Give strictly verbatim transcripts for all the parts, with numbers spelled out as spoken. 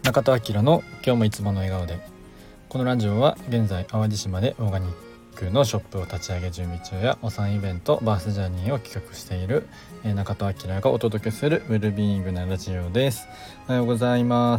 中田明の今日もいつもの笑顔で。このラジオは現在淡路島でオーガニックのショップを立ち上げ準備中やお産イベントバースジャーニーを企画している中田明がお届けするウェルビーイングなラジオです。おはようございます。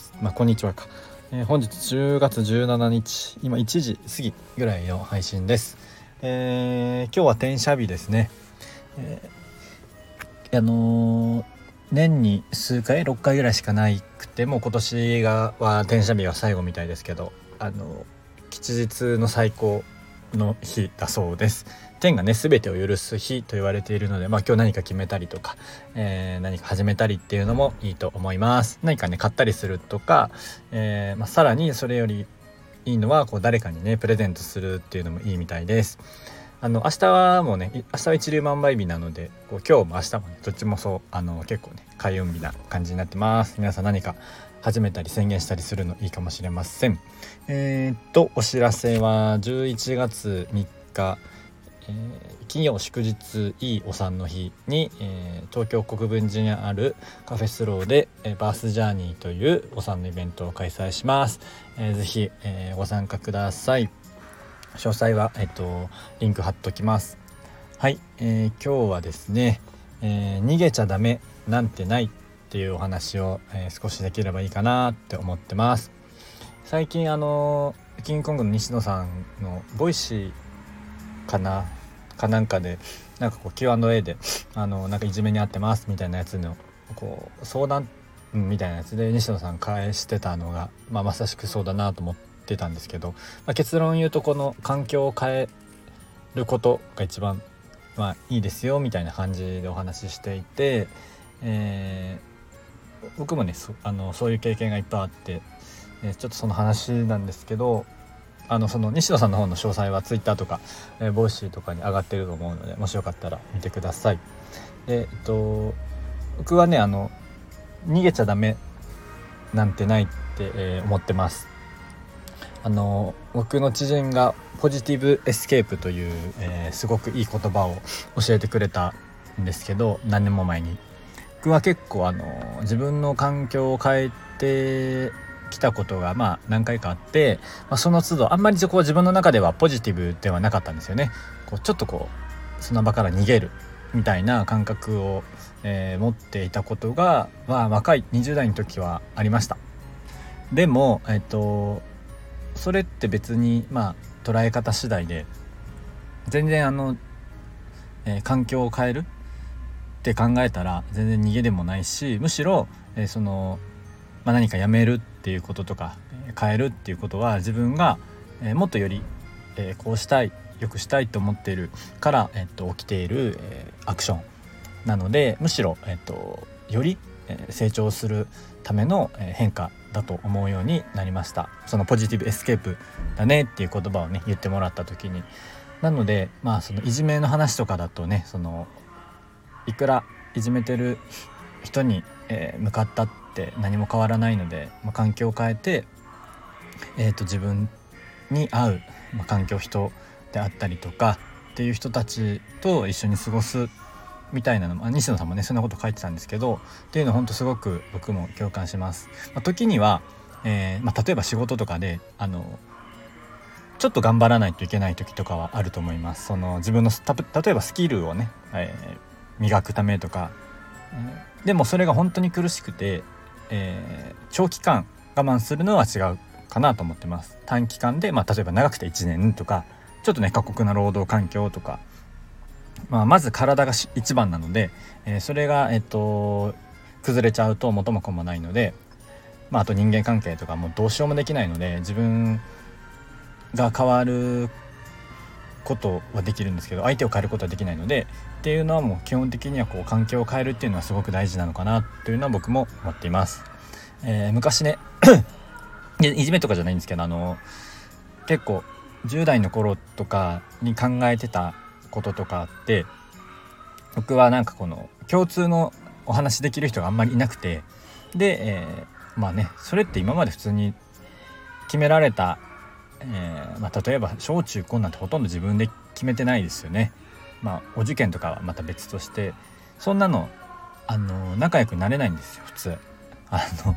まあこんにちはか、えー、本日じゅうがつじゅうしちにち、今いちじ過ぎぐらいの配信です。えー、今日は転写日ですね。えー、あのー年に数回ろっかいぐらいしかないくても今年がは転写日は最後みたいですけど、あの吉日の最高の日だそうです。天がね全てを許す日と言われているので、まあ今日何か決めたりとか、えー、何か始めたりっていうのもいいと思います。何かね買ったりするとか、えーまあ、さらにそれよりいいのはこう誰かにねプレゼントするっていうのもいいみたいです。あの明日はもうね明日は一粒万倍日なので、こう今日も明日もねどっちもそうあの結構ね開運日な感じになってます。皆さん何か始めたり宣言したりするのいいかもしれません。えー、っとお知らせはじゅういちがつみっか、えー、金曜祝日いいお産の日に、えー、東京国分寺にあるカフェスローで、えー、バースジャーニーというお産のイベントを開催します。えー、ぜひ、えー、ご参加ください。詳細は、えっと、リンク貼っときます。はい、えー、今日はですね、えー、逃げちゃダメなんてないっていうお話を、えー、少しできればいいかなって思ってます。最近あのキングコングの西野さんのボイシーかなかなんかでなんかこう キューアンドエー であのなんかいじめにあってますみたいなやつのこう相談みたいなやつで西野さん返してたのが、まあ、まさしくそうだなと思って出たんですけど、まあ、結論言うとこの環境を変えることが一番、まあ、いいですよみたいな感じでお話ししていて、えー、僕もね そ, あのそういう経験がいっぱいあって、えー、ちょっとその話なんですけど、あのその西野さんの方の詳細はツイッターとか、えー、ボイシーとかに上がってると思うので、もしよかったら見てください。で、えっと、僕はねあの逃げちゃダメなんてないって、えー、思ってます。あの僕の知人がポジティブエスケープという、えー、すごくいい言葉を教えてくれたんですけど、何年も前に僕は結構あの自分の環境を変えてきたことがまあ何回かあって、まあ、その都度あんまりこう自分の中ではポジティブではなかったんですよね。こうちょっとこうその場から逃げるみたいな感覚を、えー、持っていたことが、まあ、若いにじゅうだいの時はありました。でもえっとそれって別にまあ捉え方次第で全然あの、えー、環境を変えるって考えたら全然逃げでもないし、むしろ、えー、その、まあ、何かやめるっていうこととか、えー、変えるっていうことは自分が、えー、もっとより、えー、こうしたいよくしたいと思っているから、えー、と起きている、えー、アクションなので、むしろ、えー、とより、えー、成長するための、えー、変化だと思うようになりました。そのポジティブエスケープだねっていう言葉をね言ってもらった時に、なのでまあそのいじめの話とかだとね、そのいくらいじめてる人に、えー、向かったって何も変わらないので、まあ、環境を変えて、えー、と自分に合う、まあ、環境人であったりとかっていう人たちと一緒に過ごすみたいなのも、西野さんもねそんなこと書いてたんですけど、っていうのを本当すごく僕も共感します。まあ、時には、えーまあ、例えば仕事とかであのちょっと頑張らないといけない時とかはあると思います。その自分のた例えばスキルをね、えー、磨くためとか、えー、でもそれが本当に苦しくて、えー、長期間我慢するのは違うかなと思ってます。短期間で、まあ、例えば長くていちねんとかちょっとね過酷な労働環境とか、まあ、まず体が一番なので、えー、それが、えっと、崩れちゃうと元も子もないので、まあ、あと人間関係とかもうどうしようもできないので、自分が変わることはできるんですけど相手を変えることはできないのでっていうのはもう基本的にはこう環境を変えるっていうのはすごく大事なのかなというのは僕も思っています。えー、昔ねいじめとかじゃないんですけど、あの結構じゅう代の頃とかに考えてたこととかあって、僕はなんかこの共通のお話できる人があんまりいなくて、で、えー、まあねそれって今まで普通に決められた、えーまあ、例えば小中高なんてほとんど自分で決めてないですよね。まあお受験とかはまた別として、そんなのあの仲良くなれないんですよ普通。あの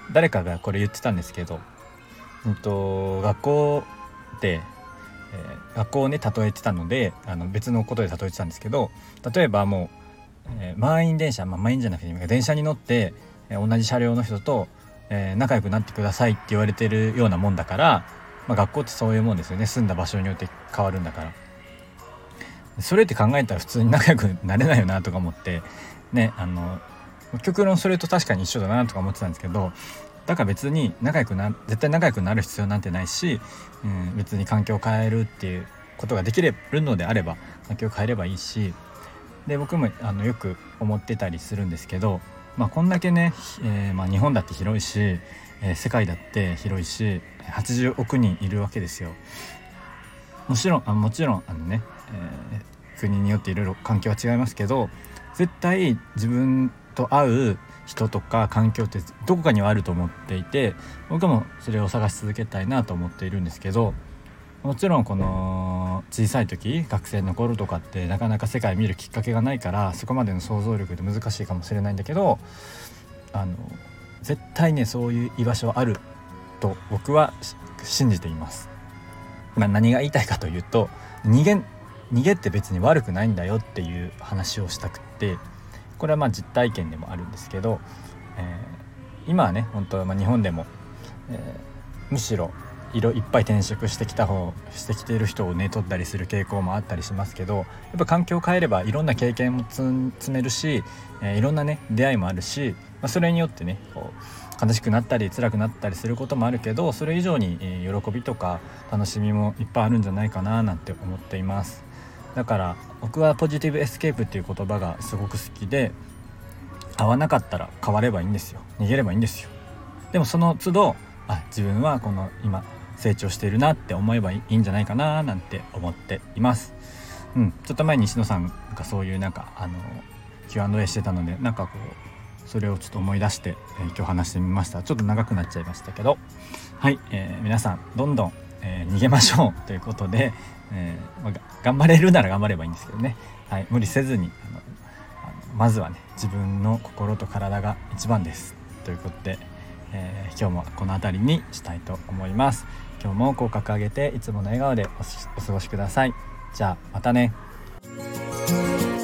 誰かがこれ言ってたんですけど、うんと学校で、えー、学校をね例えてたので、あの別のことで例えてたんですけど、例えばもう、えー、満員電車、まあ、満員じゃなくて電車に乗って、えー、同じ車両の人と、えー、仲良くなってくださいって言われてるようなもんだから、まあ、学校ってそういうもんですよね。住んだ場所によって変わるんだから。それって考えたら普通に仲良くなれないよなとか思ってね、あの極論それと確かに一緒だなとか思ってたんですけど、だから別に仲良くな絶対仲良くなる必要なんてないし、うん、別に環境を変えるっていうことができるのであれば環境を変えればいいし、で僕もあのよく思ってたりするんですけど、まあ、こんだけね、えーまあ、日本だって広いし、えー、世界だって広いしはちじゅうおくにんいるわけですよ。もちろんあもちろんあのね、えー、国によっていろいろ環境は違いますけど、絶対自分と合う人とか環境ってどこかにはあると思っていて、僕もそれを探し続けたいなと思っているんですけど、もちろんこの小さい時学生の頃とかってなかなか世界見るきっかけがないから、そこまでの想像力で難しいかもしれないんだけど、あの絶対ねそういう居場所はあると僕は信じています。まあ、何が言いたいかというと、逃げ逃げって別に悪くないんだよっていう話をしたくって、これはまあ実体験でもあるんですけど、えー、今はね本当はまあ日本でも、えー、むしろ色いっぱい転職してきた方してきている人をね取ったりする傾向もあったりしますけど、やっぱ環境を変えればいろんな経験も積めるし、えー、いろんなね出会いもあるし、まあ、それによってねこう悲しくなったり辛くなったりすることもあるけど、それ以上に、えー、喜びとか楽しみもいっぱいあるんじゃないかななんて思っています。だから僕はポジティブエスケープっていう言葉がすごく好きで、合わなかったら変わればいいんですよ。逃げればいいんですよ。でもその都度あ自分はこの今成長しているなって思えばいいんじゃないかななんて思っています。うん、ちょっと前に西野さんがそういうなんかあの キューアンドエー してたので、なんかこうそれをちょっと思い出して、えー、今日話してみました。ちょっと長くなっちゃいましたけど、はい、えー、皆さんどんどん、えー、逃げましょうということで、えーまあ、頑張れるなら頑張ればいいんですけどね、はい、無理せずにあのあのまずはね自分の心と体が一番ですということで、えー、今日もこの辺りにしたいと思います。今日も口角上げていつもの笑顔で お, お過ごしください。じゃあまたね。